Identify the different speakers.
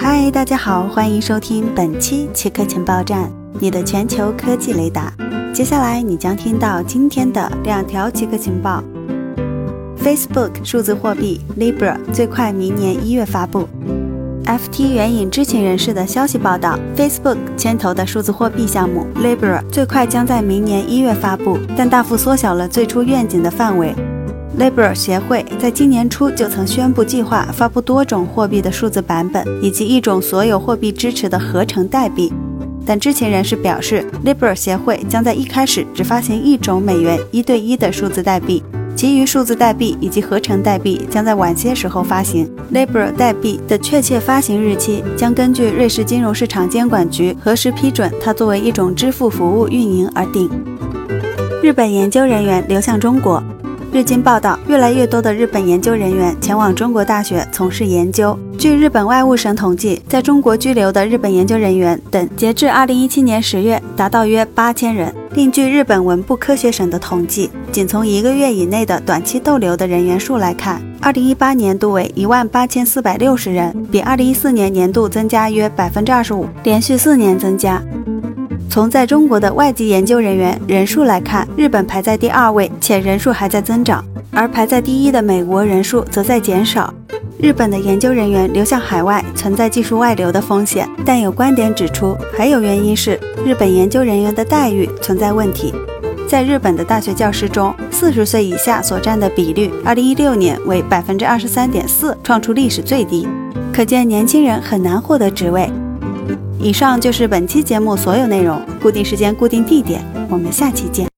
Speaker 1: 嗨，大家好，欢迎收听本期奇科情报站，你的全球科技雷达。接下来你将听到今天的2条奇科情报。Facebook 数字货币 Libra 最快明年1月发布。FT 援引知情人士的消息报道， Facebook 牵头的数字货币项目 Libra 最快将在明年1月发布，但大幅缩小了最初愿景的范围。Libra 协会在今年初就曾宣布计划发布多种货币的数字版本，以及一种所有货币支持的合成代币。但知情人士表示， Libra 协会将在一开始只发行一种美元1对1的数字代币，其余数字代币以及合成代币将在晚些时候发行。 Libra 代币的确切发行日期将根据瑞士金融市场监管局何时批准它作为一种支付服务运营而定。日本研究人员流向中国。日经报道，越来越多的日本研究人员前往中国大学从事研究。据日本外务省统计，在中国居留的日本研究人员等截至2017年10月达到约8000人。另据日本文部科学省的统计，仅从1个月以内的短期逗留的人员数来看，2018年度为18460人，比2014年年度增加约 25%， 连续4年增加。从在中国的外籍研究人员人数来看，日本排在第2位，且人数还在增长，而排在第1的美国人数则在减少。日本的研究人员流向海外存在技术外流的风险，但有观点指出，还有原因是日本研究人员的待遇存在问题。在日本的大学教师中，40岁以下所占的比率2016年为 23.4%， 创出历史最低，可见年轻人很难获得职位。以上就是本期节目所有内容，固定时间固定地点，我们下期见。